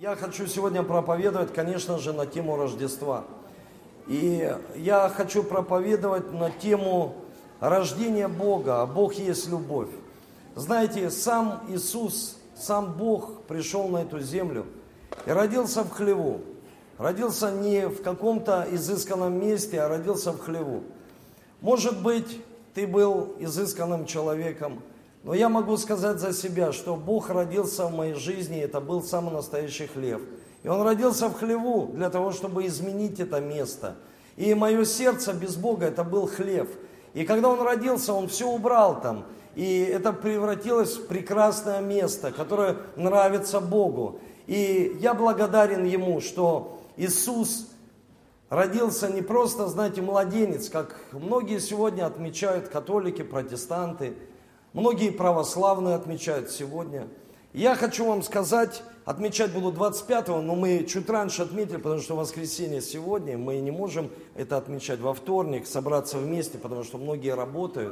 Я хочу сегодня проповедовать, конечно же, на тему Рождества. И я хочу проповедовать на тему рождения Бога, а Бог есть любовь. Знаете, сам Иисус, сам Бог пришел на эту землю и родился в хлеву. Родился не в каком-то изысканном месте, а родился в хлеву. Может быть, ты был изысканным человеком, но я могу сказать за себя, что Бог родился в моей жизни, это был самый настоящий хлев. И Он родился в хлеву для того, чтобы изменить это место. И мое сердце без Бога это был хлев. И когда Он родился, Он все убрал там. И это превратилось в прекрасное место, которое нравится Богу. И я благодарен Ему, что Иисус родился не просто, знаете, младенец, как многие сегодня отмечают католики, протестанты, многие православные отмечают сегодня. Я хочу вам сказать, отмечать буду 25-го, но мы чуть раньше отметили, потому что воскресенье сегодня, мы не можем это отмечать во вторник, собраться вместе, потому что многие работают.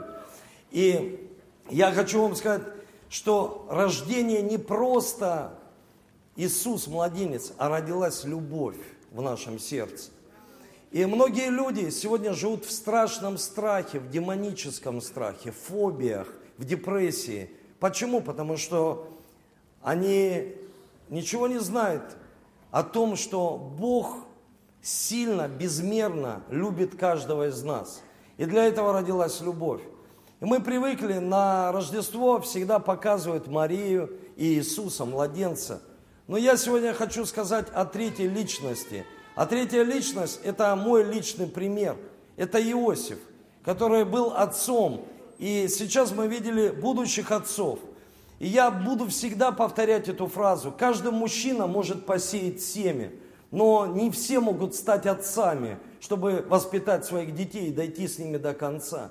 И я хочу вам сказать, что рождение не просто Иисус, младенец, а родилась любовь в нашем сердце. И многие люди сегодня живут в страшном страхе, в демоническом страхе, в фобиях, в депрессии. Почему? Потому что они ничего не знают о том, что Бог сильно, безмерно любит каждого из нас. И для этого родилась любовь. И мы привыкли на Рождество всегда показывать Марию и Иисуса, младенца. Но я сегодня хочу сказать о третьей личности. А третья личность – это мой личный пример. Это Иосиф, который был отцом. И сейчас мы видели будущих отцов. И я буду всегда повторять эту фразу. Каждый мужчина может посеять семя, но не все могут стать отцами, чтобы воспитать своих детей и дойти с ними до конца.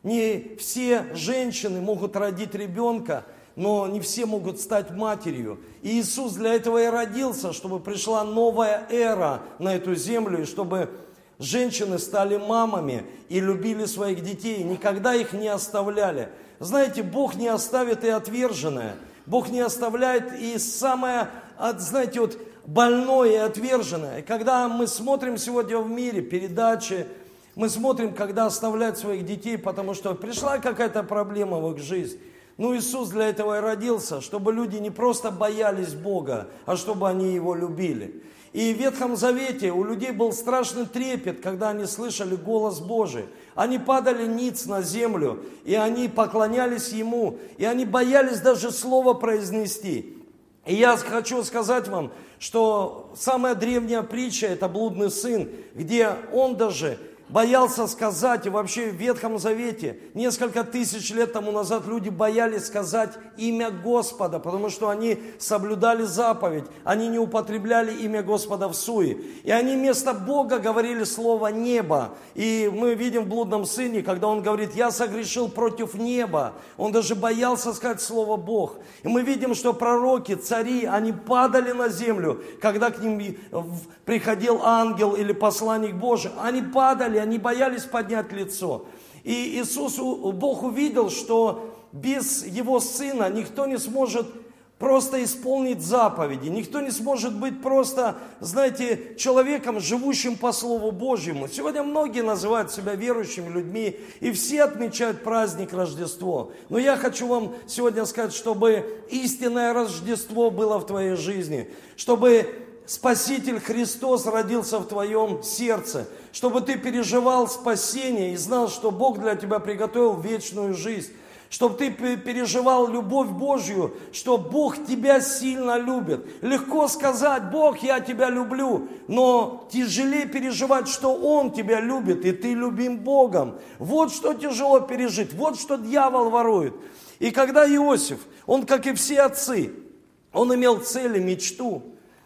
Не все женщины могут родить ребенка, но не все могут стать матерью. И Иисус для этого и родился, чтобы пришла новая эра на эту землю, и чтобы женщины стали мамами и любили своих детей, никогда их не оставляли. Знаете, Бог не оставит и отверженное. Бог не оставляет и самое, знаете, вот больное и отверженное. Когда мы смотрим сегодня в мире передачи, мы смотрим, когда оставляют своих детей, потому что пришла какая-то проблема в их жизнь. Ну, Иисус для этого и родился, чтобы люди не просто боялись Бога, а чтобы они Его любили. И в Ветхом Завете у людей был страшный трепет, когда они слышали голос Божий. Они падали ниц на землю, и они поклонялись Ему, и они боялись даже слова произнести. И я хочу сказать вам, что самая древняя притча – это блудный сын, где он даже боялся сказать, и вообще в Ветхом Завете несколько тысяч лет тому назад люди боялись сказать имя Господа, потому что они соблюдали заповедь, они не употребляли имя Господа в суе. И они вместо Бога говорили слово «небо». И мы видим в блудном сыне, когда он говорит «я согрешил против неба», он даже боялся сказать слово «Бог». И мы видим, что пророки, цари, они падали на землю, когда к ним приходил ангел или посланник Божий, они падали, они боялись поднять лицо. И Бог увидел, что без Его Сына никто не сможет просто исполнить заповеди, никто не сможет быть просто, знаете, человеком, живущим по Слову Божьему. Сегодня многие называют себя верующими людьми, и все отмечают праздник Рождество. Но я хочу вам сегодня сказать, чтобы истинное Рождество было в твоей жизни, чтобы Спаситель Христос родился в твоем сердце, чтобы ты переживал спасение и знал, что Бог для тебя приготовил вечную жизнь, чтобы ты переживал любовь Божью, что Бог тебя сильно любит. Легко сказать: Бог, я тебя люблю, но тяжелее переживать, что Он тебя любит, и ты любим Богом. Вот что тяжело пережить, вот что дьявол ворует. И когда Иосиф, он, как и все отцы, он имел цель и мечту,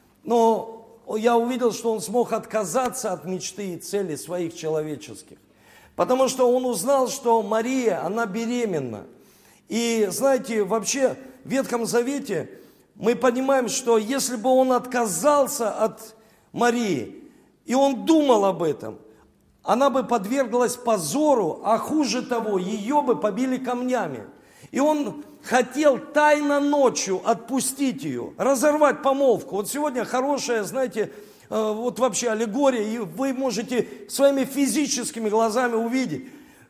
но я увидел, что он смог отказаться от мечты и целей своих человеческих. Потому что он узнал, что Мария, она беременна. И знаете, вообще в Ветхом Завете мы понимаем, что если бы он отказался от Марии, и он думал об этом, она бы подверглась позору, а хуже того, ее бы побили камнями. И он хотел тайно ночью отпустить ее, разорвать помолвку. Вот сегодня хорошая, знаете, вот вообще аллегория, и вы можете своими физическими глазами увидеть.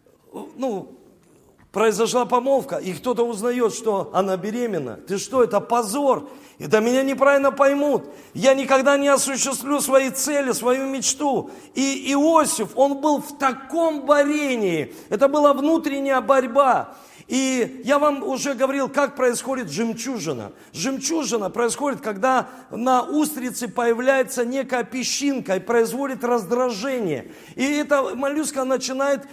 Произошла помолвка, и кто-то узнает, что она беременна. Ты что, это позор. Это меня неправильно поймут. Я никогда не осуществлю свои цели, свою мечту. И Иосиф, он был в таком борении. Это была внутренняя борьба. И я вам уже говорил, как происходит жемчужина. Жемчужина происходит, когда на устрице появляется некая песчинка и производит раздражение. И эта моллюска начинает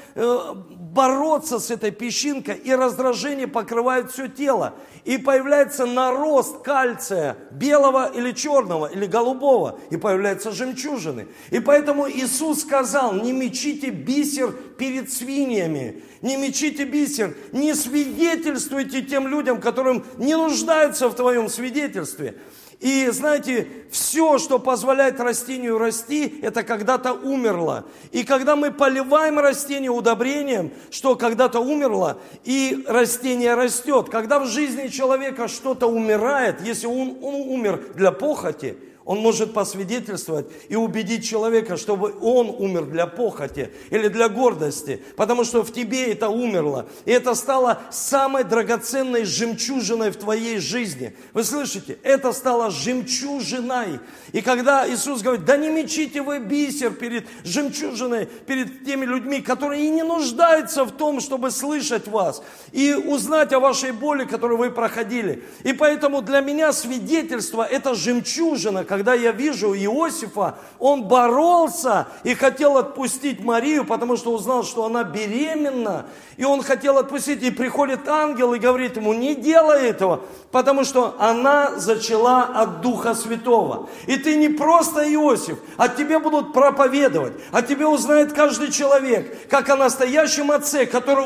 бороться с этой песчинкой, и раздражение покрывает все тело. И появляется нарост кальция, белого или черного, или голубого, и появляются жемчужины. И поэтому Иисус сказал: не мечите бисер перед свиньями, не мечите бисер, не свидетельствуйте тем людям, которым не нуждаются в твоем свидетельстве. И знаете, все, что позволяет растению расти, это когда-то умерло. И когда мы поливаем растение удобрением, что когда-то умерло, и растение растет. Когда в жизни человека что-то умирает, если он умер для похоти, он может посвидетельствовать и убедить человека, чтобы он умер для похоти или для гордости, потому что в тебе это умерло. И это стало самой драгоценной жемчужиной в твоей жизни. Вы слышите? Это стало жемчужиной. И когда Иисус говорит: да не мечите вы бисер перед жемчужиной, перед теми людьми, которые и не нуждаются в том, чтобы слышать вас и узнать о вашей боли, которую вы проходили. И поэтому для меня свидетельство – это жемчужина. Когда я вижу Иосифа, он боролся и хотел отпустить Марию, потому что узнал, что она беременна. И он хотел отпустить, и приходит ангел и говорит ему: не делай этого, потому что она зачала от Духа Святого. И ты не просто Иосиф, а тебе будут проповедовать, а тебе узнает каждый человек, как о настоящем отце, который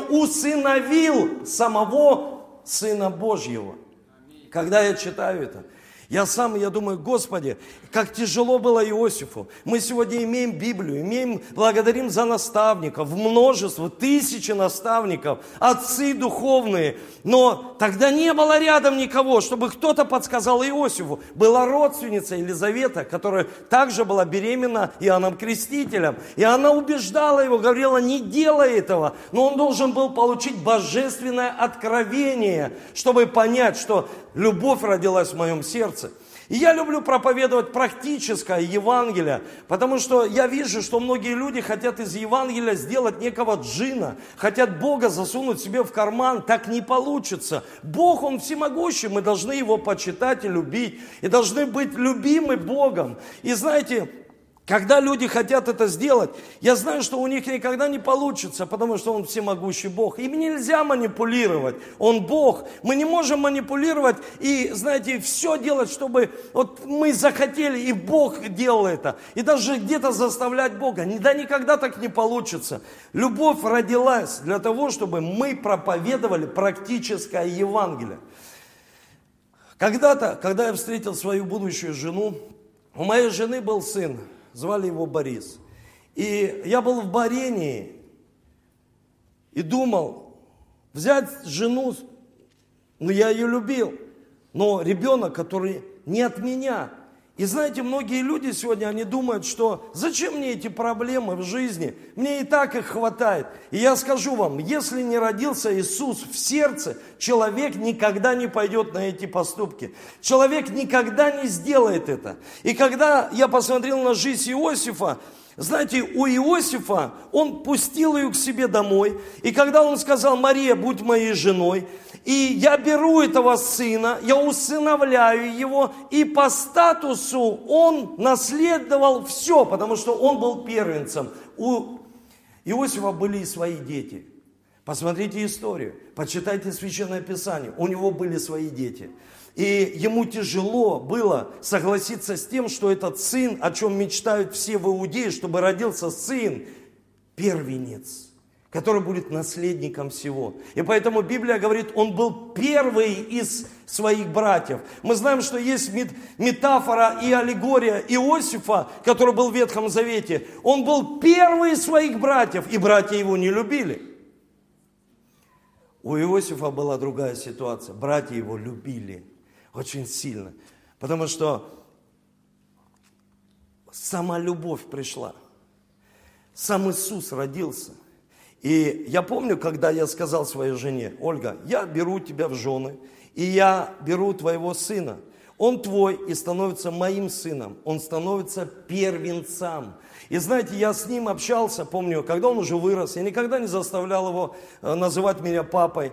усыновил самого Сына Божьего. Когда я читаю это, я думаю: Господи, как тяжело было Иосифу. Мы сегодня имеем Библию, благодарим за наставников, множество, тысячи наставников, отцы духовные. Но тогда не было рядом никого, чтобы кто-то подсказал Иосифу. Была родственница Елизавета, которая также была беременна Иоанном Крестителем. И она убеждала его, говорила: не делай этого. Но он должен был получить божественное откровение, чтобы понять, что любовь родилась в моем сердце. И я люблю проповедовать практическое Евангелие, потому что я вижу, что многие люди хотят из Евангелия сделать некого джина, хотят Бога засунуть себе в карман. Так не получится. Бог, Он всемогущий, мы должны Его почитать и любить, и должны быть любимы Богом. И знаете, когда люди хотят это сделать, я знаю, что у них никогда не получится, потому что Он всемогущий Бог. Им нельзя манипулировать. Он Бог. Мы не можем манипулировать и, знаете, все делать, чтобы вот мы захотели, и Бог делал это. И даже где-то заставлять Бога. Да никогда так не получится. Любовь родилась для того, чтобы мы проповедовали практическое Евангелие. Когда-то, когда я встретил свою будущую жену, у моей жены был сын. Звали его Борис. И я был в борении и думал взять жену, я ее любил, но ребенок, который не от меня. И знаете, многие люди сегодня, они думают, что зачем мне эти проблемы в жизни, мне и так их хватает. И я скажу вам, если не родился Иисус в сердце, человек никогда не пойдет на эти поступки. Человек никогда не сделает это. И когда я посмотрел на жизнь Иосифа, знаете, у Иосифа, он пустил ее к себе домой. И когда он сказал: Мария, будь моей женой, и я беру этого сына, я усыновляю его, и по статусу он наследовал все, потому что он был первенцем. У Иосифа были и свои дети. Посмотрите историю, почитайте Священное Писание, у него были свои дети. И ему тяжело было согласиться с тем, что этот сын, о чем мечтают все в Иудее, чтобы родился сын, первенец, который будет наследником всего. И поэтому Библия говорит, он был первый из своих братьев. Мы знаем, что есть метафора и аллегория Иосифа, который был в Ветхом Завете. Он был первый из своих братьев, и братья его не любили. У Иосифа была другая ситуация. Братья его любили очень сильно. Потому что сама любовь пришла. Сам Иисус родился. И я помню, когда я сказал своей жене: Ольга, я беру тебя в жены, и я беру твоего сына. Он твой и становится моим сыном. Он становится первенцом. И знаете, я с ним общался, помню, когда он уже вырос. Я никогда не заставлял его называть меня папой.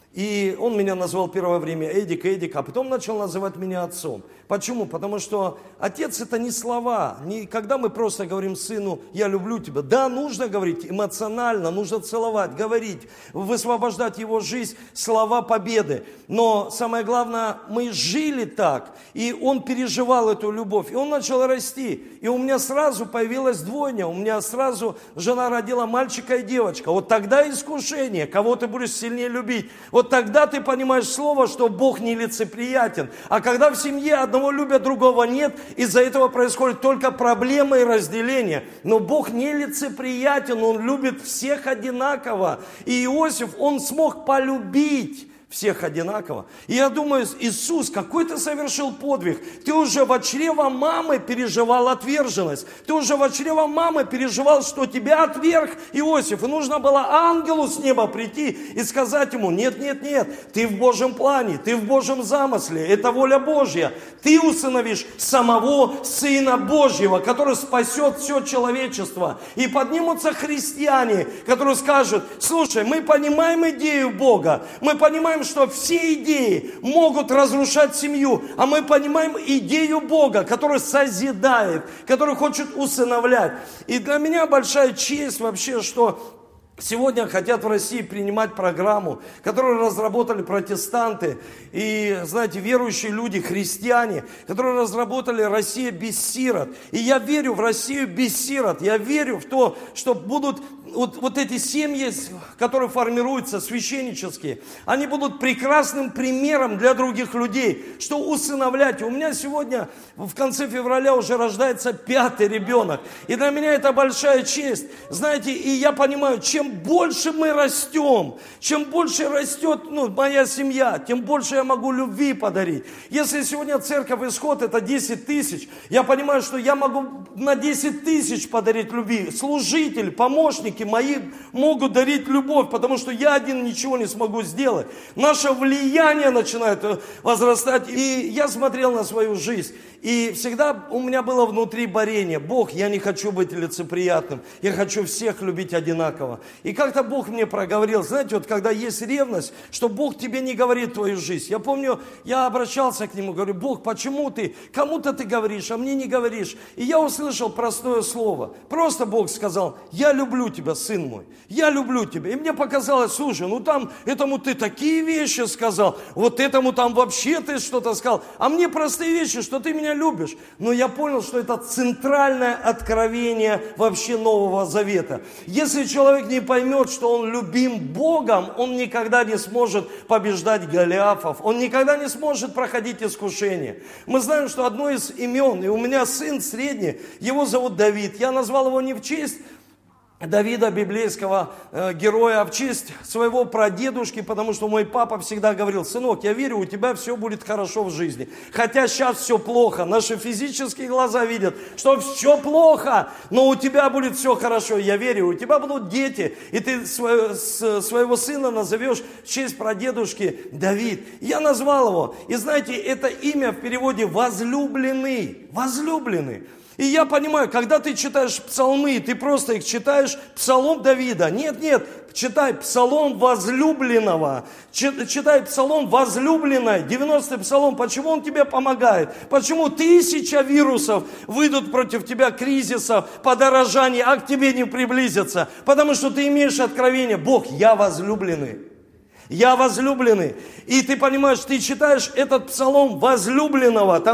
И он меня назвал первое время Эдик, а потом начал называть меня отцом. Почему? Потому что отец — это не слова. Не когда мы просто говорим сыну: я люблю тебя. Да, нужно говорить эмоционально, нужно целовать, говорить, высвобождать его жизнь, слова победы. Но самое главное, мы жили так, и он переживал эту любовь, и он начал расти. И у меня сразу появилась двойня, у меня сразу жена родила мальчика и девочка. Вот тогда искушение, кого ты будешь сильнее любить. Вот тогда ты понимаешь слово, что Бог нелицеприятен. А когда в семье одного любят, другого нет, из-за этого происходят только проблемы и разделения. Но Бог нелицеприятен, Он любит всех одинаково. И Иосиф, он смог полюбить всех одинаково. И я думаю, Иисус, какой ты совершил подвиг. Ты уже во чрево мамы переживал отверженность. Ты уже во чрево мамы переживал, что тебя отверг Иосиф. И нужно было ангелу с неба прийти и сказать ему: нет, ты в Божьем плане, ты в Божьем замысле, это воля Божья. Ты усыновишь самого Сына Божьего, который спасет все человечество. И поднимутся христиане, которые скажут: слушай, мы понимаем идею Бога, мы понимаем, что все идеи могут разрушать семью, а мы понимаем идею Бога, который созидает, который хочет усыновлять. И для меня большая честь вообще, что сегодня хотят в России принимать программу, которую разработали протестанты и, знаете, верующие люди, христиане, которые разработали «Россия без сирот». И я верю в Россию без сирот. Я верю в то, что будут вот эти семьи, которые формируются, священнические, они будут прекрасным примером для других людей, что усыновлять. У меня сегодня в конце февраля уже рождается 5-й ребенок. И для меня это большая честь. Знаете, и я понимаю, чем больше мы растем, чем больше растет моя семья, тем больше я могу любви подарить. Если сегодня церковь Исход — это 10 тысяч, я понимаю, что я могу на 10 тысяч подарить любви. Служители, помощники мои могут дарить любовь, потому что я один ничего не смогу сделать. Наше влияние начинает возрастать. И я смотрел на свою жизнь, и всегда у меня было внутри борение. Бог, я не хочу быть лицеприятным, я хочу всех любить одинаково. И как-то Бог мне проговорил, знаете, вот когда есть ревность, что Бог тебе не говорит твою жизнь. Я помню, я обращался к Нему, говорю: Бог, почему ты, кому-то ты говоришь, а мне не говоришь? И я услышал простое слово. Просто Бог сказал: я люблю тебя, сын мой, я люблю тебя. И мне показалось: слушай, там этому ты такие вещи сказал, вот этому там вообще ты что-то сказал, а мне простые вещи, что ты меня любишь. Но я понял, что это центральное откровение вообще Нового Завета. Если человек не поймет, что он любим Богом, он никогда не сможет побеждать Голиафов, он никогда не сможет проходить искушения. Мы знаем, что одно из имен, и у меня сын средний, его зовут Давид. Я назвал его не в честь Давида, библейского героя, а в честь своего прадедушки, потому что мой папа всегда говорил: сынок, я верю, у тебя все будет хорошо в жизни. Хотя сейчас все плохо, наши физические глаза видят, что все плохо, но у тебя будет все хорошо. Я верю, у тебя будут дети, и ты своего сына назовешь в честь прадедушки Давид. Я назвал его, и знаете, это имя в переводе возлюбленный, возлюбленный. И я понимаю, когда ты читаешь псалмы, ты просто их читаешь, псалом Давида. Нет, читай псалом возлюбленного, читай псалом возлюбленной, 90-й псалом. Почему он тебе помогает? Почему 1000 вирусов выйдут против тебя, кризисов, подорожаний, а к тебе не приблизятся? Потому что ты имеешь откровение: Бог, я возлюбленный. Я возлюбленный. И ты понимаешь, ты читаешь этот псалом возлюбленного, там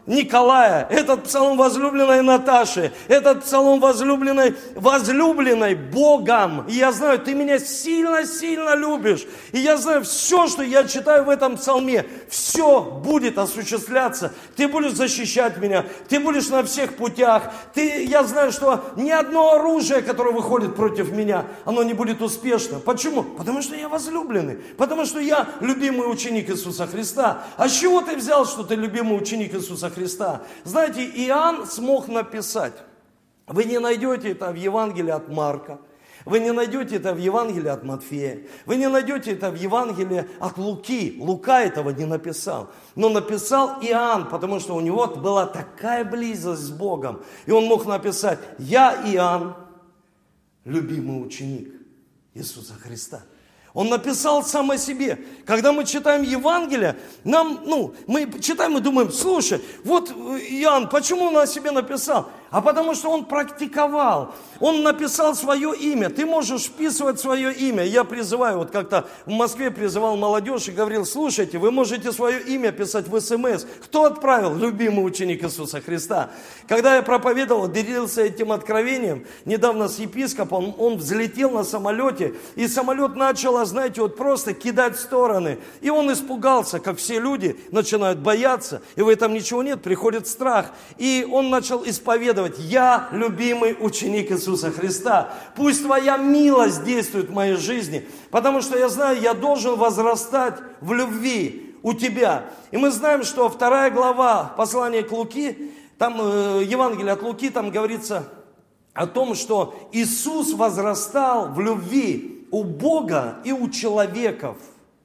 Николая, этот псалом возлюбленной Наташи, этот псалом возлюбленной Богом. И я знаю, ты меня сильно-сильно любишь. И я знаю, все, что я читаю в этом псалме, все будет осуществляться. Ты будешь защищать меня, ты будешь на всех путях. Я знаю, что ни одно оружие, которое выходит против меня, оно не будет успешно. Почему? Потому что я возлюбленный, потому что я любимый ученик Иисуса Христа. А с чего ты взял, что ты любимый ученик Иисуса Христа? Знаете, Иоанн смог написать. Вы не найдете это в Евангелии от Марка. Вы не найдете это в Евангелии от Матфея. Вы не найдете это в Евангелии от Луки. Лука этого не написал. Но написал Иоанн, потому что у него была такая близость с Богом. И он мог написать: я Иоанн, любимый ученик Иисуса Христа. Он написал сам о себе. Когда мы читаем Евангелие, мы читаем и думаем: слушай, вот Иоанн, почему он о себе написал? А потому что он практиковал. Он написал свое имя. Ты можешь вписывать свое имя. Я призываю, вот как-то в Москве призывал молодежь и говорил: слушайте, вы можете свое имя писать в СМС. Кто отправил? Любимый ученик Иисуса Христа. Когда я проповедовал, делился этим откровением, недавно с епископом, он взлетел на самолете, и самолет начал, знаете, вот просто кидать в стороны. И он испугался, как все люди начинают бояться, и в этом ничего нет, приходит страх. И он начал исповедовать: я любимый ученик Иисуса Христа. Пусть твоя милость действует в моей жизни, потому что я знаю, я должен возрастать в любви у тебя. И мы знаем, что 2 глава послания к Луки, там Евангелие от Луки, там говорится о том, что Иисус возрастал в любви у Бога и у человеков.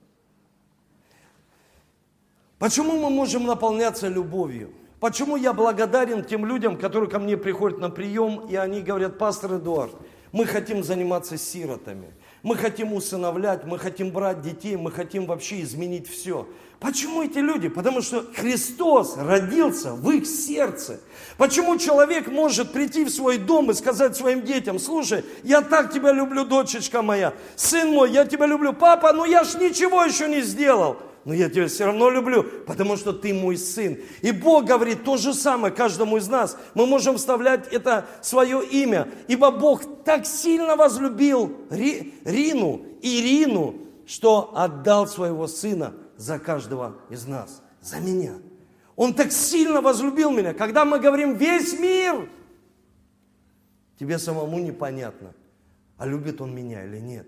Почему мы можем наполняться любовью? Почему я благодарен тем людям, которые ко мне приходят на прием, и они говорят: пастор Эдуард, мы хотим заниматься сиротами, мы хотим усыновлять, мы хотим брать детей, мы хотим вообще изменить все. Почему эти люди? Потому что Христос родился в их сердце. Почему человек может прийти в свой дом и сказать своим детям: слушай, я так тебя люблю, дочечка моя, сын мой, я тебя люблю, папа, но я ж ничего еще не сделал. Но я тебя все равно люблю, потому что ты мой сын. И Бог говорит то же самое каждому из нас. Мы можем вставлять это свое имя. Ибо Бог так сильно возлюбил Ирину, что отдал своего сына за каждого из нас, за меня. Он так сильно возлюбил меня. Когда мы говорим весь мир, тебе самому непонятно, а любит он меня или нет.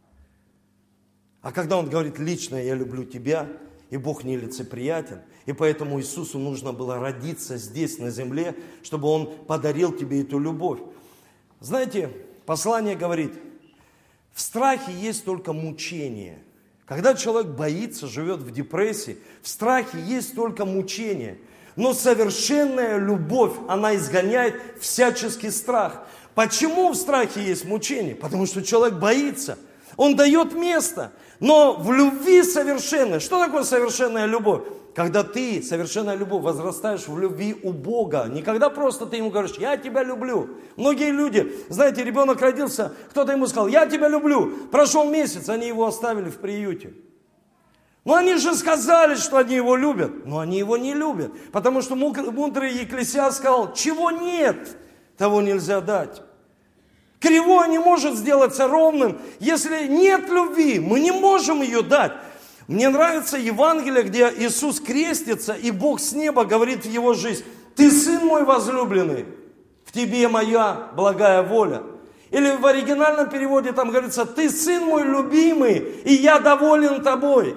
А когда он говорит лично: я люблю тебя, и Бог нелицеприятен, и поэтому Иисусу нужно было родиться здесь, на земле, чтобы Он подарил тебе эту любовь. Знаете, послание говорит: в страхе есть только мучение. Когда человек боится, живет в депрессии, в страхе есть только мучение. Но совершенная любовь, она изгоняет всяческий страх. Почему в страхе есть мучение? Потому что человек боится. Он дает место. Но в любви совершенной, что такое совершенная любовь? Когда ты, совершенная любовь, возрастаешь в любви у Бога. Не когда просто ты ему говоришь: я тебя люблю. Многие люди, знаете, ребенок родился, кто-то ему сказал: я тебя люблю. Прошел месяц, они его оставили в приюте. Но они же сказали, что они его любят. Но они его не любят. Потому что мудрый Екклесиаст сказал: чего нет, того нельзя дать. Кривое не может сделаться ровным. Если нет любви, мы не можем ее дать. Мне нравится Евангелие, где Иисус крестится, и Бог с неба говорит в его жизнь: ты сын мой возлюбленный, в тебе моя благая воля. Или в оригинальном переводе там говорится: ты сын мой любимый, и я доволен тобой.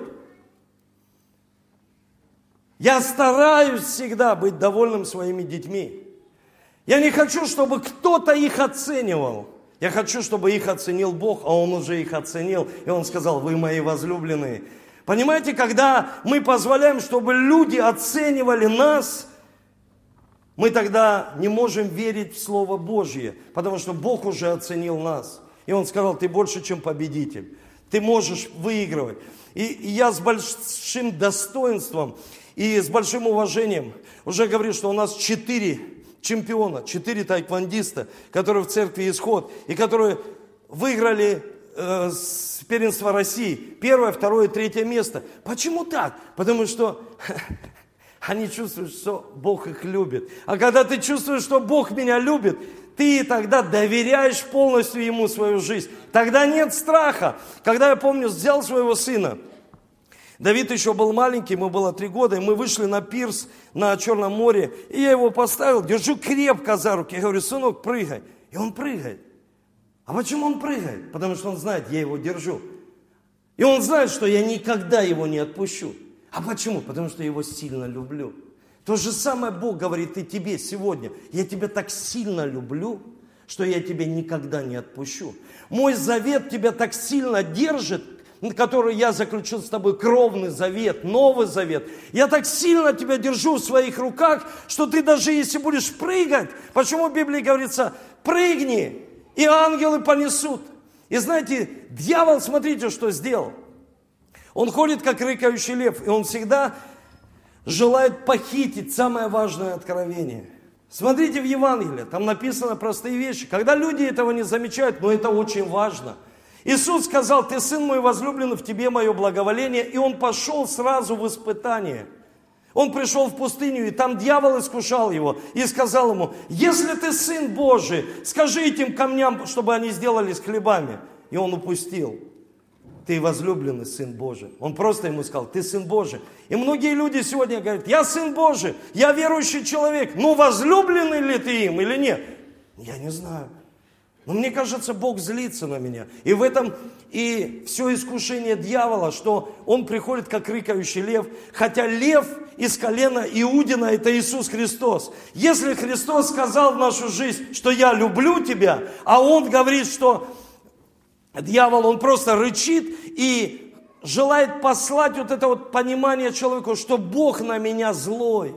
Я стараюсь всегда быть довольным своими детьми. Я не хочу, чтобы кто-то их оценивал. Я хочу, чтобы их оценил Бог, а Он уже их оценил. И Он сказал: вы мои возлюбленные. Понимаете, когда мы позволяем, чтобы люди оценивали нас, мы тогда не можем верить в Слово Божье, потому что Бог уже оценил нас. И Он сказал: ты больше, чем победитель. Ты можешь выигрывать. И я с большим достоинством и с большим уважением уже говорю, что у нас 4 чемпиона, 4 тайквондиста, которые в церкви Исход, и которые выиграли первенство России. 1, 2, 3 место. Почему так? Потому что они чувствуют, что Бог их любит. А когда ты чувствуешь, что Бог меня любит, ты тогда доверяешь полностью Ему свою жизнь. Тогда нет страха. Когда я помню, взял своего сына, Давид еще был маленький, ему было 3 года, и мы вышли на пирс на Черном море, и я его поставил, держу крепко за руки, я говорю: сынок, прыгай. И он прыгает. А почему он прыгает? Потому что он знает, я его держу. И он знает, что я никогда его не отпущу. А почему? Потому что я его сильно люблю. То же самое Бог говорит и тебе сегодня. Я тебя так сильно люблю, что я тебя никогда не отпущу. Мой завет тебя так сильно держит, который я заключил с тобой, кровный завет, новый завет. Я так сильно тебя держу в своих руках, что ты даже если будешь прыгать, почему в Библии говорится: прыгни, и ангелы понесут. И знаете, дьявол, смотрите, что сделал. Он ходит, как рыкающий лев, и он всегда желает похитить самое важное откровение. Смотрите в Евангелии, там написано простые вещи. Когда люди этого не замечают, но это очень важно. Иисус сказал: ты сын мой возлюбленный, в тебе мое благоволение. И он пошел сразу в испытание. Он пришел в пустыню, и там дьявол искушал его. И сказал ему: если ты сын Божий, скажи этим камням, чтобы они сделались хлебами. И он упустил: ты возлюбленный сын Божий. Он просто ему сказал: ты сын Божий. И многие люди сегодня говорят: я сын Божий, я верующий человек. Ну, возлюбленный ли ты им или нет? Я не знаю. Но мне кажется, Бог злится на меня. И в этом и все искушение дьявола, что он приходит как рыкающий лев. Хотя лев из колена Иудина — это Иисус Христос. Если Христос сказал в нашу жизнь, что я люблю тебя, а он говорит, что дьявол, он просто рычит и желает послать вот это вот понимание человеку, что Бог на меня злой.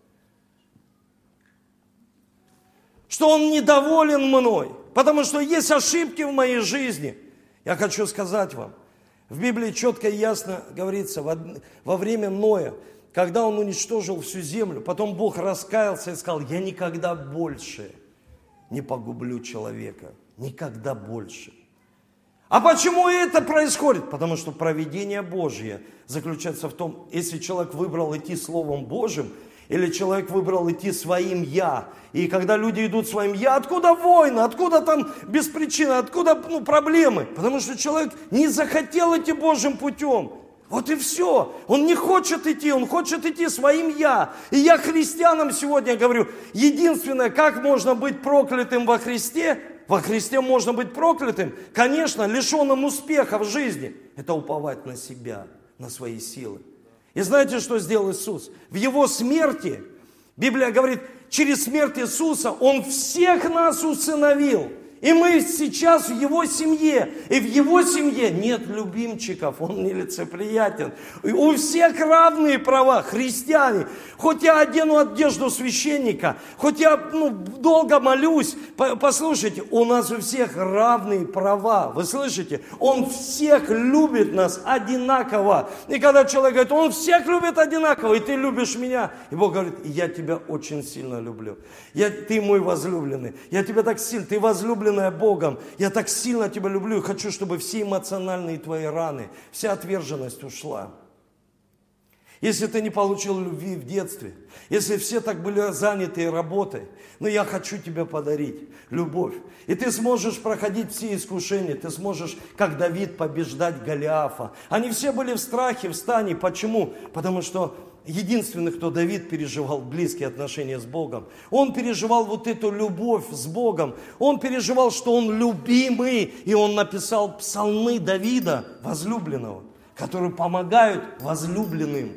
Что он недоволен мной. Потому что есть ошибки в моей жизни. Я хочу сказать вам, в Библии четко и ясно говорится, во время Ноя, когда он уничтожил всю землю, потом Бог раскаялся и сказал: я никогда больше не погублю человека. Никогда больше. А почему это происходит? Потому что провидение Божье заключается в том, если человек выбрал идти Словом Божьим, или человек выбрал идти своим «я». И когда люди идут своим «я», откуда войны, откуда там без причины, откуда проблемы? Потому что человек не захотел идти Божьим путем. Вот и все. Он не хочет идти, он хочет идти своим «я». И я христианам сегодня говорю, единственное, как можно быть проклятым во Христе можно быть проклятым, конечно, лишенным успеха в жизни, это уповать на себя, на свои силы. И знаете, что сделал Иисус? В Его смерти, Библия говорит, через смерть Иисуса Он всех нас усыновил. И мы сейчас в Его семье. И в Его семье нет любимчиков, Он нелицеприятен. И у всех равные права, христиане. Хоть я одену одежду священника, хоть я долго молюсь, послушайте, у нас у всех равные права. Вы слышите? Он всех любит нас одинаково. И когда человек говорит, Он всех любит одинаково, и ты любишь меня. И Бог говорит, я тебя очень сильно люблю. Ты мой возлюбленный. Я тебя так сильно, ты возлюбленный Богом, я так сильно тебя люблю и хочу, чтобы все эмоциональные твои раны, вся отверженность ушла. Если ты не получил любви в детстве, если все так были заняты работой, но я хочу тебе подарить любовь. И ты сможешь проходить все искушения, ты сможешь, как Давид, побеждать Голиафа. Они все были в страхе, в стане. Почему? Потому что единственный, кто Давид переживал близкие отношения с Богом. Он переживал вот эту любовь с Богом. Он переживал, что он любимый. И он написал псалмы Давида, возлюбленного, которые помогают возлюбленным.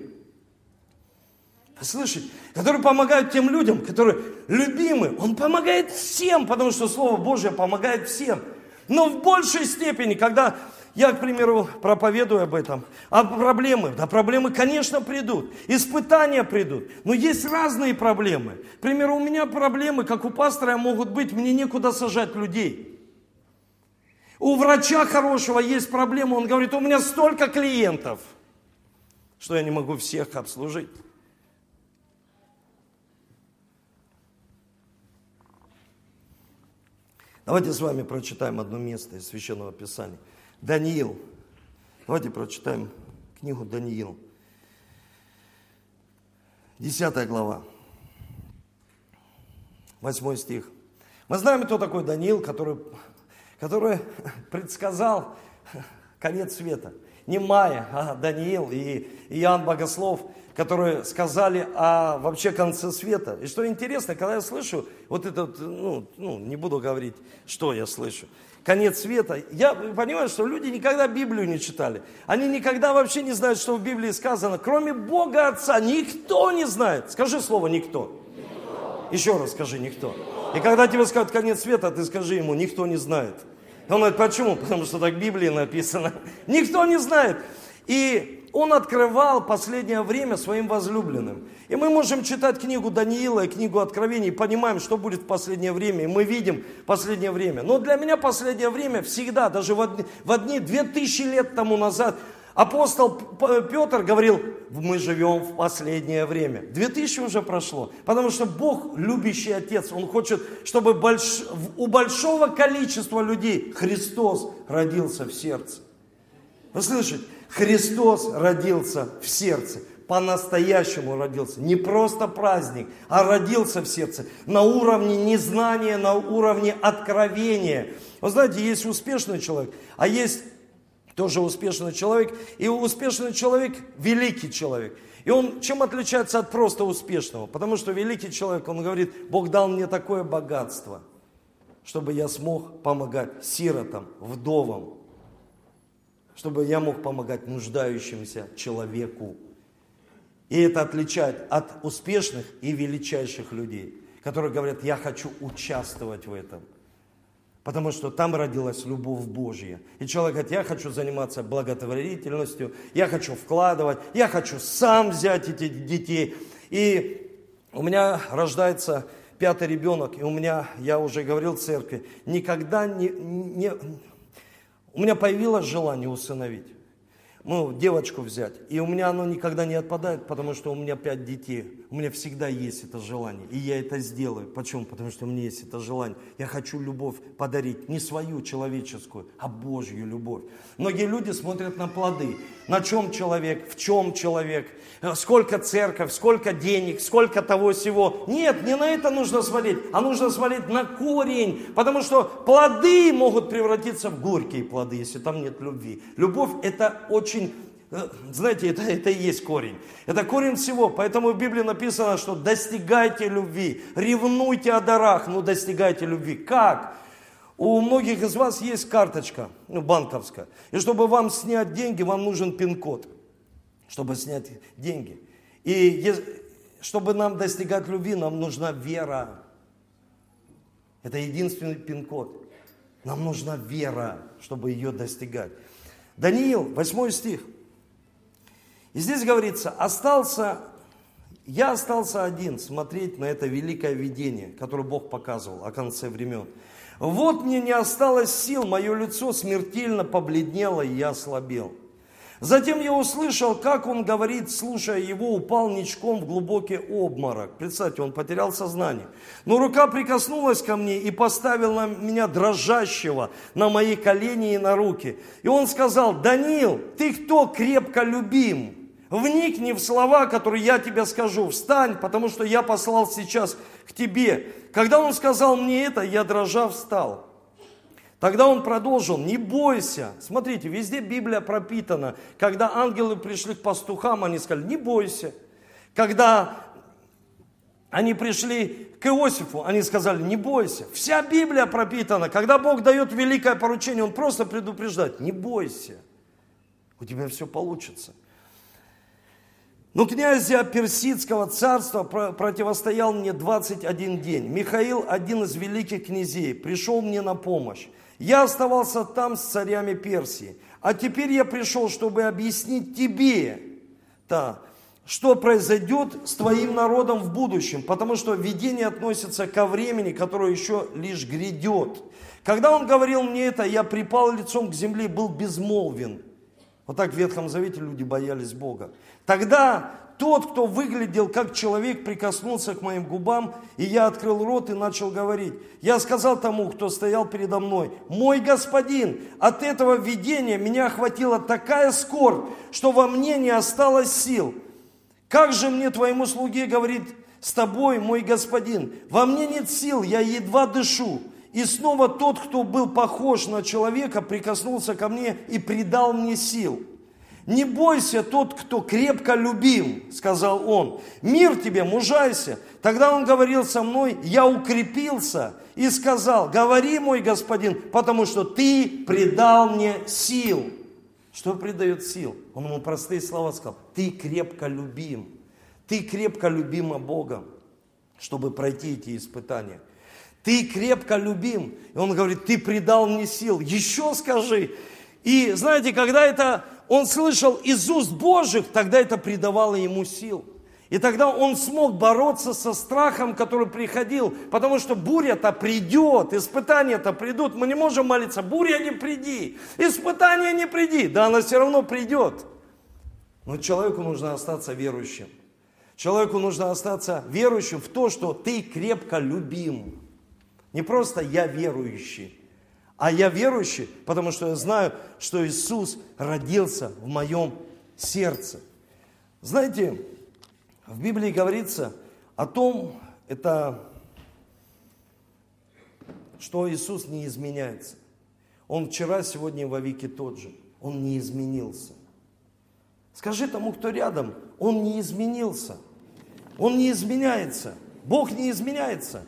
Слышите? Которые помогают тем людям, которые любимы. Он помогает всем, потому что Слово Божье помогает всем. Но в большей степени, когда я, к примеру, проповедую об этом, а проблемы, да проблемы, конечно, придут, испытания придут, но есть разные проблемы. К примеру, у меня проблемы, как у пастора, могут быть, мне некуда сажать людей. У врача хорошего есть проблема, он говорит, у меня столько клиентов, что я не могу всех обслужить. Давайте с вами прочитаем одно место из Священного Писания. Даниил. Давайте прочитаем книгу Даниил. 10 глава, 8 стих. Мы знаем, кто такой Даниил, который предсказал конец света. Не Майя, а Даниил и Иоанн Богослов, которые сказали о вообще конце света. И что интересно, когда я слышу вот это, не буду говорить, что я слышу, конец света, я понимаю, что люди никогда Библию не читали. Они никогда вообще не знают, что в Библии сказано. Кроме Бога Отца никто не знает. Скажи слово «никто». Еще раз скажи «никто». И когда тебе скажут конец света, ты скажи ему «никто не знает». Он говорит, почему? Потому что так в Библии написано. Никто не знает. И он открывал последнее время своим возлюбленным. И мы можем читать книгу Даниила и книгу Откровений, и понимаем, что будет в последнее время. И мы видим последнее время. Но для меня последнее время всегда, даже в одни 2000 лет тому назад, апостол Петр говорил, мы живем в последнее время. 2000 уже прошло, потому что Бог любящий Отец. Он хочет, чтобы у большого количества людей Христос родился в сердце. Вы слышите? Христос родился в сердце. По-настоящему родился. Не просто праздник, а родился в сердце. На уровне незнания, на уровне откровения. Вы знаете, есть успешный человек, а есть тоже успешный человек. И успешный человек – великий человек. И он чем отличается от просто успешного? Потому что великий человек, он говорит, Бог дал мне такое богатство, чтобы я смог помогать сиротам, вдовам, чтобы я мог помогать нуждающимся человеку. И это отличает от успешных и величайших людей, которые говорят, я хочу участвовать в этом. Потому что там родилась любовь Божья. И человек говорит, я хочу заниматься благотворительностью, я хочу вкладывать, я хочу сам взять этих детей. И у меня рождается 5-й ребенок, и у меня, я уже говорил в церкви, никогда у меня появилось желание усыновить. Девочку взять. И у меня оно никогда не отпадает, потому что у меня 5 детей. У меня всегда есть это желание. И я это сделаю. Почему? Потому что у меня есть это желание. Я хочу любовь подарить. Не свою человеческую, а Божью любовь. Многие люди смотрят на плоды. На чем человек, в чем человек, сколько церковь, сколько денег, сколько того всего. Нет, не на это нужно смотреть, а нужно смотреть на корень. Потому что плоды могут превратиться в горькие плоды, если там нет любви. Любовь это очень, знаете, это и есть корень. Это корень всего. Поэтому в Библии написано, что достигайте любви, ревнуйте о дарах, но достигайте любви. Как? У многих из вас есть карточка, банковская. И чтобы вам снять деньги, вам нужен пин-код. Чтобы снять деньги. И чтобы нам достигать любви, нам нужна вера. Это единственный пин-код. Нам нужна вера, чтобы ее достигать. Даниил, 8 стих. И здесь говорится, я остался один смотреть на это великое видение, которое Бог показывал о конце времен. Вот мне не осталось сил, мое лицо смертельно побледнело, и я ослабел. Затем я услышал, как он говорит, слушая его, упал ничком в глубокий обморок. Представьте, он потерял сознание. Но рука прикоснулась ко мне и поставила меня дрожащего на мои колени и на руки. И он сказал, Даниил, ты кто крепко любим? Вникни в слова, которые я тебе скажу. Встань, потому что я послал сейчас к тебе. Когда он сказал мне это, я дрожа встал. Тогда он продолжил, не бойся. Смотрите, везде Библия пропитана. Когда ангелы пришли к пастухам, они сказали, не бойся. Когда они пришли к Иосифу, они сказали, не бойся. Вся Библия пропитана. Когда Бог дает великое поручение, Он просто предупреждает, не бойся. У тебя все получится. Но князя Персидского царства противостоял мне 21 день. Михаил, один из великих князей, пришел мне на помощь. Я оставался там с царями Персии. А теперь я пришел, чтобы объяснить тебе, что произойдет с твоим народом в будущем. Потому что видение относится ко времени, которое еще лишь грядет. Когда он говорил мне это, я припал лицом к земле, был безмолвен. Вот так в Ветхом Завете люди боялись Бога. Тогда тот, кто выглядел как человек, прикоснулся к моим губам, и я открыл рот и начал говорить. Я сказал тому, кто стоял передо мной, мой господин, от этого видения меня охватила такая скорбь, что во мне не осталось сил. Как же мне, твоему слуге, говорит, с тобой, мой господин? Во мне нет сил, я едва дышу. И снова тот, кто был похож на человека, прикоснулся ко мне и придал мне сил. Не бойся, тот, кто крепко любим, сказал он. Мир тебе, мужайся. Тогда он говорил со мной, я укрепился и сказал, говори, мой господин, потому что ты придал мне сил. Что придает сил? Он ему простые слова сказал. Ты крепко любим. Ты крепко любима Богом, чтобы пройти эти испытания. Ты крепко любим. И он говорит, ты придал мне сил. Еще скажи. И знаете, когда это он слышал из уст Божьих, тогда это придавало ему сил. И тогда он смог бороться со страхом, который приходил. Потому что буря-то придет, испытания-то придут. Мы не можем молиться, буря не приди, испытания не приди. Да она все равно придет. Но человеку нужно остаться верующим. Человеку нужно остаться верующим в то, что ты крепко любим. Не просто я верующий, а я верующий, потому что я знаю, что Иисус родился в моем сердце. Знаете, в Библии говорится о том, что Иисус не изменяется. Он вчера, сегодня и во веки тот же. Он не изменился. Скажи тому, кто рядом, он не изменился. Он не изменяется. Бог не изменяется.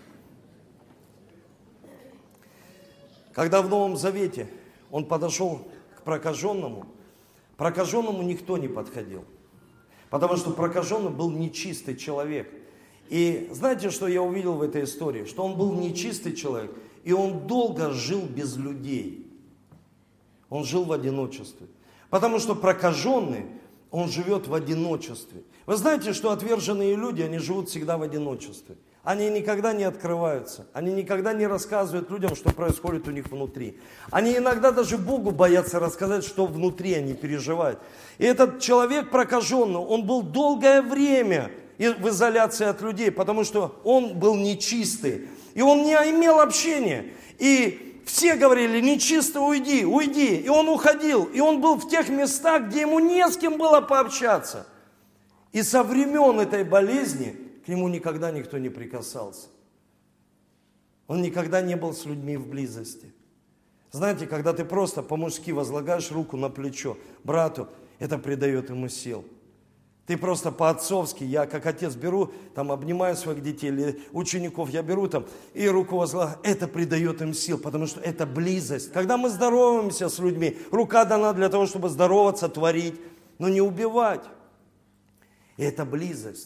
Когда в Новом Завете он подошел к прокаженному никто не подходил. Потому что прокаженный был нечистый человек. И знаете, что я увидел в этой истории? Что он был нечистый человек, и он долго жил без людей. Он жил в одиночестве. Потому что прокаженный, он живет в одиночестве. Вы знаете, что отверженные люди, они живут всегда в одиночестве. Они никогда не открываются. Они никогда не рассказывают людям, что происходит у них внутри. Они иногда даже Богу боятся рассказать, что внутри они переживают. И этот человек прокаженный, он был долгое время в изоляции от людей, потому что он был нечистый. И он не имел общения. И все говорили, нечисто уйди, уйди. И он уходил. И он был в тех местах, где ему не с кем было пообщаться. И со времен этой болезни к нему никогда никто не прикасался. Он никогда не был с людьми в близости. Знаете, когда ты просто по-мужски возлагаешь руку на плечо брату, это придает ему сил. Ты просто по-отцовски, я как отец беру, там обнимаю своих детей или учеников, я беру там и руку возлагаю, это придает им сил, потому что это близость. Когда мы здороваемся с людьми, рука дана для того, чтобы здороваться, творить, но не убивать. И это близость.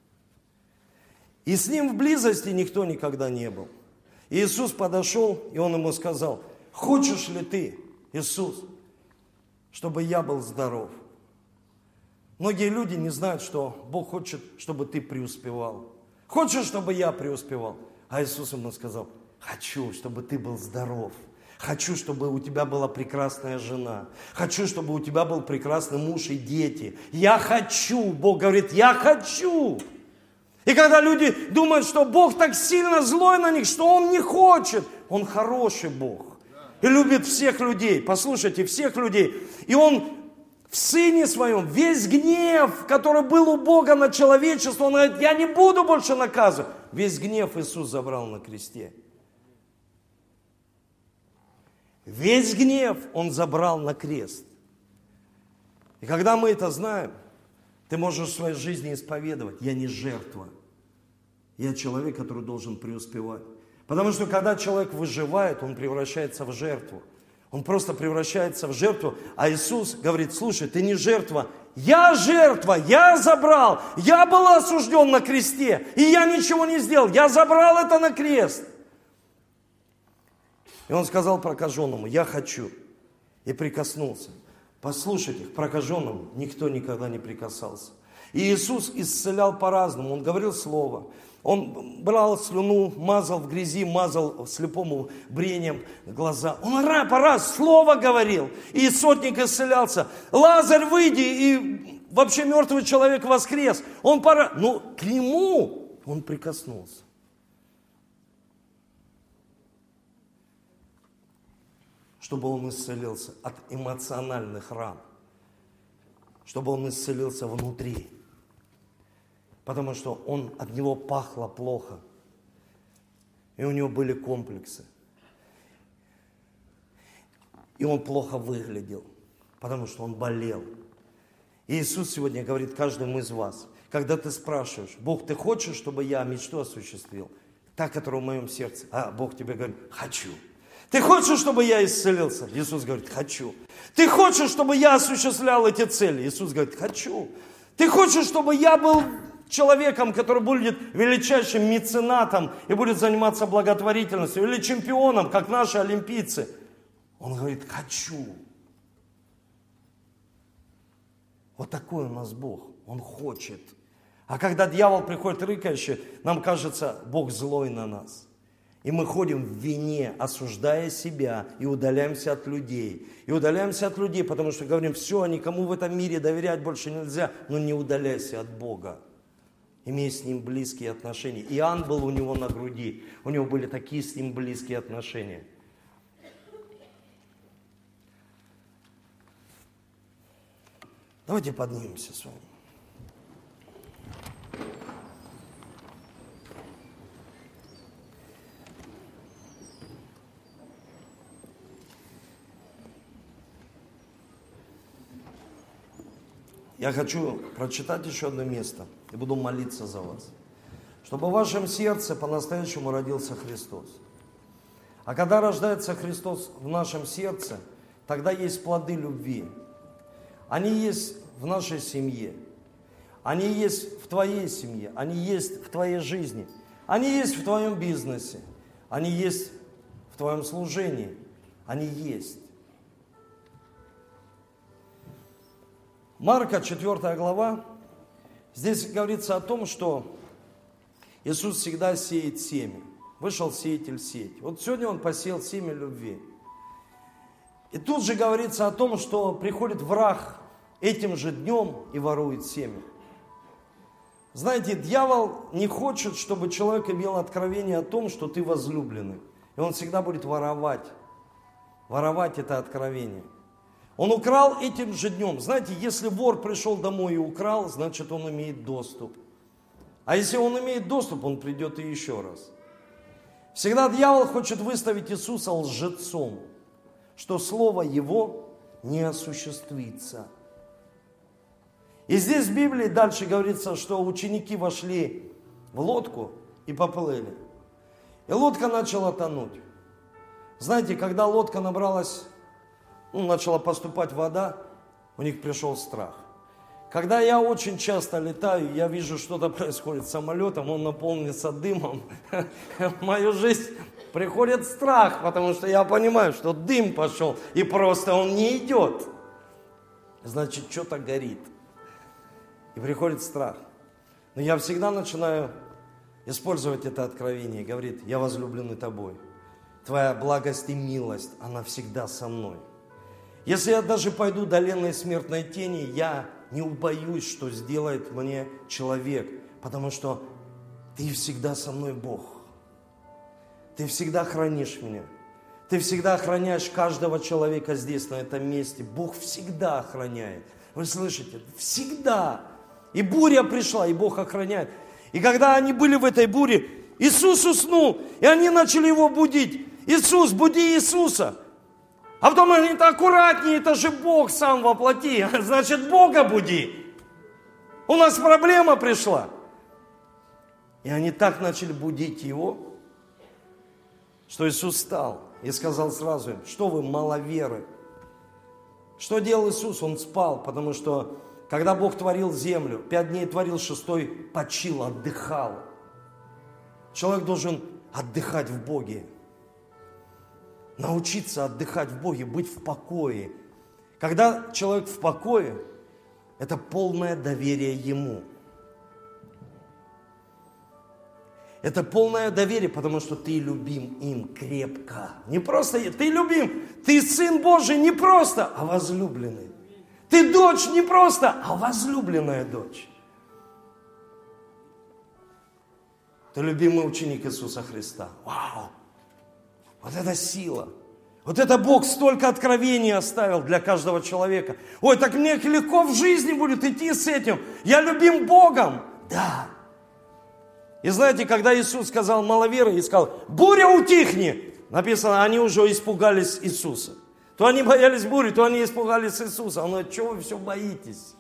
И с ним в близости никто никогда не был. И Иисус подошел, и он ему сказал, хочешь ли ты, Иисус, чтобы я был здоров? Многие люди не знают, что Бог хочет, чтобы ты преуспевал. Хочешь, чтобы я преуспевал? А Иисус ему сказал, хочу, чтобы ты был здоров. Хочу, чтобы у тебя была прекрасная жена. Хочу, чтобы у тебя был прекрасный муж и дети. Я хочу. Бог говорит, я хочу. И когда люди думают, что Бог так сильно злой на них, что Он не хочет. Он хороший Бог. И любит всех людей. Послушайте, всех людей. И Он в Сыне Своем весь гнев, который был у Бога на человечество, Он говорит, я не буду больше наказывать. Весь гнев Иисус забрал на кресте. Весь гнев Он забрал на крест. И когда мы это знаем, ты можешь в своей жизни исповедовать, я не жертва. Я человек, который должен преуспевать. Потому что когда человек выживает, он превращается в жертву. Он просто превращается в жертву. А Иисус говорит, слушай, ты не жертва. Я жертва, я забрал. Я был осужден на кресте. И я ничего не сделал. Я забрал это на крест. И он сказал прокаженному, я хочу. И прикоснулся. Послушайте, к прокаженному никто никогда не прикасался. И Иисус исцелял по-разному. Он говорил слово. Он брал слюну, мазал в грязи, мазал слепому брением глаза. Он по-разному слово говорил. И сотник исцелялся. Лазарь, выйди, и вообще мертвый человек воскрес. Но к нему он прикоснулся. Чтобы он исцелился от эмоциональных ран. Чтобы он исцелился внутри. Потому что от него пахло плохо. И у него были комплексы. И он плохо выглядел, потому что он болел. И Иисус сегодня говорит каждому из вас, когда ты спрашиваешь: Бог, ты хочешь, чтобы я мечту осуществил? Та, которая в моем сердце. А Бог тебе говорит: хочу. Ты хочешь, чтобы я исцелился? Иисус говорит: хочу. Ты хочешь, чтобы я осуществлял эти цели? Иисус говорит: хочу. Ты хочешь, чтобы я был человеком, который будет величайшим меценатом и будет заниматься благотворительностью, или чемпионом, как наши олимпийцы? Он говорит: хочу. Вот такой у нас Бог. Он хочет. А когда дьявол приходит рыкающий, нам кажется, Бог злой на нас. И мы ходим в вине, осуждая себя, и удаляемся от людей. И удаляемся от людей, потому что говорим: все, никому в этом мире доверять больше нельзя. Но не удаляйся от Бога. Имей с Ним близкие отношения. Иоанн был у него на груди. У него были такие с Ним близкие отношения. Давайте поднимемся с вами. Я хочу прочитать еще одно место и буду молиться за вас. Чтобы в вашем сердце по-настоящему родился Христос. А когда рождается Христос в нашем сердце, тогда есть плоды любви. Они есть в нашей семье. Они есть в твоей семье. Они есть в твоей жизни. Они есть в твоем бизнесе. Они есть в твоем служении. Они есть. Марка, 4 глава. Здесь говорится о том, что Иисус всегда сеет семя. Вышел сеятель сеять. Вот сегодня Он посеял семя любви. И тут же говорится о том, что приходит враг этим же днем и ворует семя. Знаете, дьявол не хочет, чтобы человек имел откровение о том, что ты возлюбленный. И он всегда будет воровать. Воровать это откровение. Он украл этим же днем. Знаете, если вор пришел домой и украл, значит, он имеет доступ. А если он имеет доступ, он придет и еще раз. Всегда дьявол хочет выставить Иисуса лжецом, что слово его не осуществится. И здесь в Библии дальше говорится, что ученики вошли в лодку и поплыли. И лодка начала тонуть. Знаете, когда лодка набралась, начала поступать вода, у них пришел страх. Когда я очень часто летаю, я вижу, что-то происходит с самолетом, он наполнится дымом. В мою жизнь приходит страх, потому что я понимаю, что дым пошел, и просто он не идет. Значит, что-то горит. И приходит страх. Но я всегда начинаю использовать это откровение. Говорит: я возлюбленный тобой. Твоя благость и милость, она всегда со мной. Если я даже пойду доленной смертной тени, я не убоюсь, что сделает мне человек. Потому что ты всегда со мной, Бог. Ты всегда хранишь меня. Ты всегда охраняешь каждого человека здесь, на этом месте. Бог всегда охраняет. Вы слышите? Всегда. И буря пришла, и Бог охраняет. И когда они были в этой буре, Иисус уснул, и они начали его будить. Иисус, буди Иисуса. А потом они: аккуратнее, это же Бог сам воплоти. Значит, Бога буди. У нас проблема пришла. И они так начали будить его, что Иисус встал и сказал сразу им: что вы маловеры. Что делал Иисус? Он спал, потому что когда Бог творил землю, 5 дней творил, 6-й почил, отдыхал. Человек должен отдыхать в Боге. Научиться отдыхать в Боге, быть в покое. Когда человек в покое, это полное доверие Ему. Это полное доверие, потому что ты любим им крепко. Не просто ты любим, ты Сын Божий не просто, а возлюбленный. Ты дочь не просто, а возлюбленная дочь. Ты любимый ученик Иисуса Христа. Вау! Вот это сила. Вот это Бог столько откровений оставил для каждого человека. Ой, так мне легко в жизни будет идти с этим. Я любим Богом. Да. И знаете, когда Иисус сказал маловеры и сказал, буря утихни, написано, они уже испугались Иисуса. То они боялись бури, то они испугались Иисуса. Он говорит, чего вы все боитесь?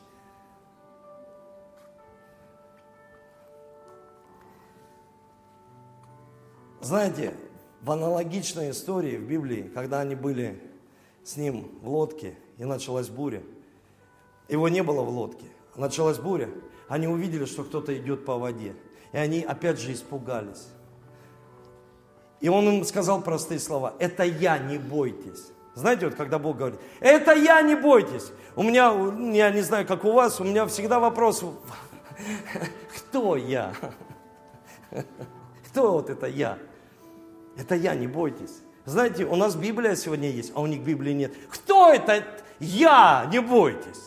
Знаете, в аналогичной истории в Библии, когда они были с ним в лодке, и началась буря, его не было в лодке, началась буря, они увидели, что кто-то идет по воде. И они опять же испугались. И он им сказал простые слова. Это я, не бойтесь. Знаете, вот когда Бог говорит, это я, не бойтесь. У меня, я не знаю, как у вас, у меня всегда вопрос, кто я? Кто вот это я? Это я, не бойтесь. Знаете, у нас Библия сегодня есть, а у них Библии нет. Кто это я, не бойтесь?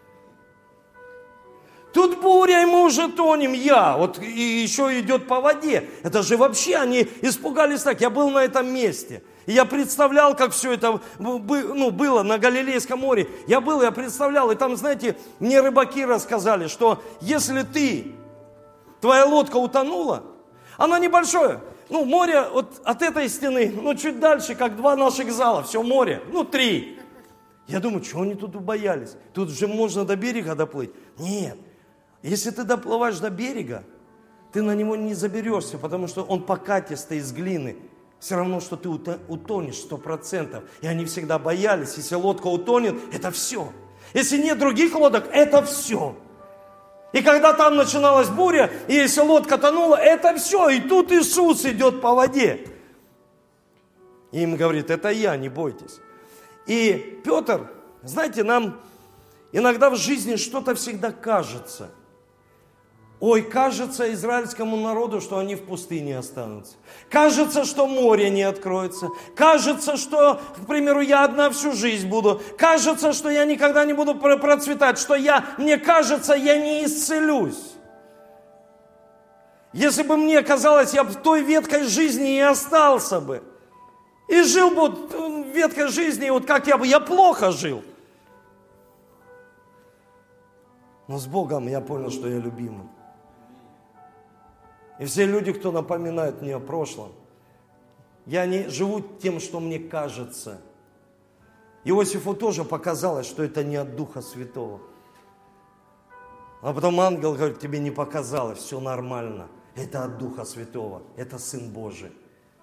Тут буря, и мы уже тонем, я. Вот и еще идет по воде. Это же вообще, они испугались так. Я был на этом месте. И я представлял, как все это было на Галилейском море. Я представлял. И там, знаете, мне рыбаки рассказали, что если твоя лодка утонула, она небольшое. Море вот от этой стены, чуть дальше, как 2 наших зала, все море, 3. Я думаю, чего они тут убоялись? Тут же можно до берега доплыть. Нет. Если ты доплываешь до берега, ты на него не заберешься, потому что он покатистый из глины. Все равно, что ты утонешь 100%. И они всегда боялись, если лодка утонет, это все. Если нет других лодок, это все. И когда там начиналась буря, и если лодка тонула, это все. И тут Иисус идет по воде. И им говорит, это я, не бойтесь. И Петр, знаете, нам иногда в жизни что-то всегда кажется. Ой, кажется израильскому народу, что они в пустыне останутся. Кажется, что море не откроется. Кажется, что, к примеру, я одна всю жизнь буду. Кажется, что я никогда не буду процветать. Что мне кажется, я не исцелюсь. Если бы мне казалось, я бы в той ветхой жизни и остался бы. И жил бы в ветхой жизни, вот как я плохо жил. Но с Богом я понял, что я любимый. И все люди, кто напоминают мне о прошлом, я не живу тем, что мне кажется. Иосифу тоже показалось, что это не от Духа Святого. А потом ангел говорит, тебе не показалось, все нормально. Это от Духа Святого, это Сын Божий.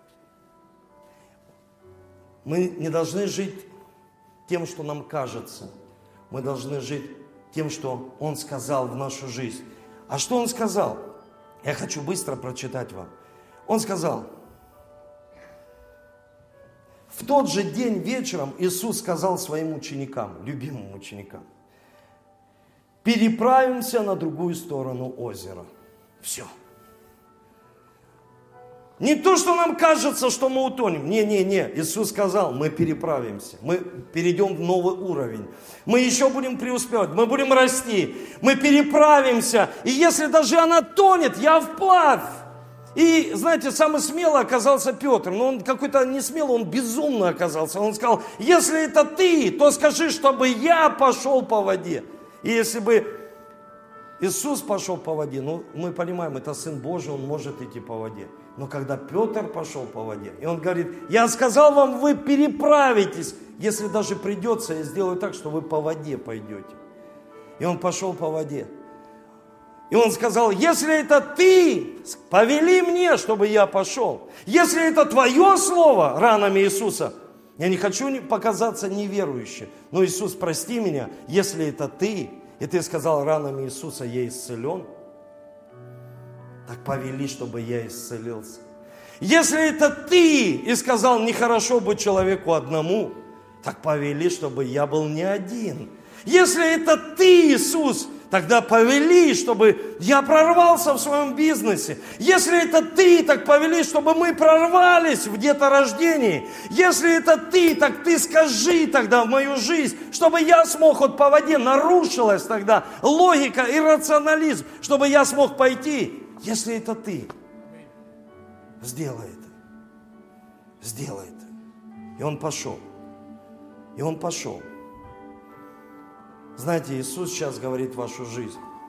Мы не должны жить тем, что нам кажется. Мы должны жить тем, что Он сказал в нашу жизнь. А что Он сказал? Я хочу быстро прочитать вам. Он сказал, в тот же день вечером Иисус сказал своим ученикам, любимым ученикам, переправимся на другую сторону озера. Все. Не то, что нам кажется, что мы утонем. Не. Иисус сказал, мы переправимся. Мы перейдем в новый уровень. Мы еще будем преуспевать. Мы будем расти. Мы переправимся. И если даже она тонет, я вплавь. И, знаете, самый смелый оказался Петр. Но он какой-то не смелый, он безумно оказался. Он сказал, если это ты, то скажи, чтобы я пошел по воде. И если бы Иисус пошел по воде, мы понимаем, это Сын Божий, Он может идти по воде. Но когда Петр пошел по воде, и он говорит, я сказал вам, вы переправитесь, если даже придется, я сделаю так, что вы по воде пойдете. И он пошел по воде. И он сказал, если это ты, повели мне, чтобы я пошел. Если это твое слово ранами Иисуса, я не хочу показаться неверующим, но Иисус, прости меня, если это ты, и ты сказал, ранами Иисуса я исцелен, так повели, чтобы я исцелился. Если это ты и сказал, нехорошо быть человеку одному, так повели, чтобы я был не один. Если это ты, Иисус, тогда повели, чтобы я прорвался в своем бизнесе. Если это ты, так повели, чтобы мы прорвались в деторождении. Если это ты, так ты скажи тогда в мою жизнь, чтобы я смог вот по воде, нарушилась тогда логика и рационализм, чтобы я смог пойти. Если это ты, сделай это. Сделай это. И он пошел. И он пошел. Знаете, Иисус сейчас говорит в вашу жизнь.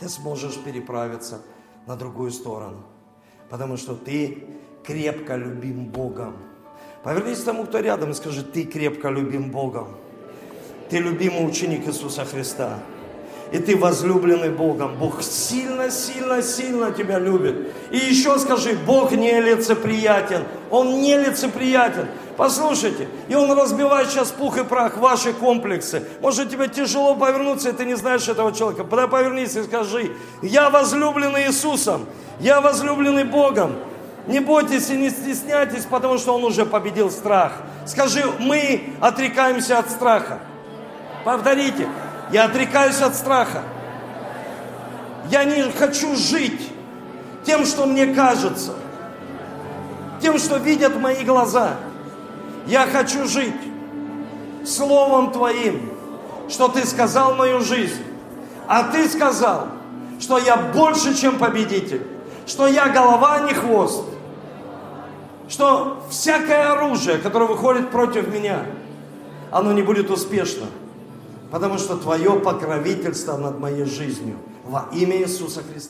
ты сможешь переправиться на другую сторону. Потому что ты крепко любим Богом. Повернись к тому, кто рядом, и скажи: ты крепко любим Богом. Ты любимый ученик Иисуса Христа. И ты возлюбленный Богом. Бог сильно, сильно, сильно тебя любит. И еще скажи: Бог нелицеприятен. Он нелицеприятен. Послушайте, и Он разбивает сейчас пух и прах ваши комплексы. Может, тебе тяжело повернуться, и ты не знаешь этого человека. Тогда повернись и скажи: я возлюбленный Иисусом. Я возлюбленный Богом. Не бойтесь и не стесняйтесь, потому что Он уже победил страх. Скажи: мы отрекаемся от страха. Повторите: я отрекаюсь от страха. Я не хочу жить тем, что мне кажется, тем, что видят мои глаза. Я хочу жить Словом Твоим, что Ты сказал в мою жизнь. А Ты сказал, что я больше, чем победитель, что я голова, а не хвост, что всякое оружие, которое выходит против меня, оно не будет успешно. Потому что Твое покровительство над моей жизнью во имя Иисуса Христа.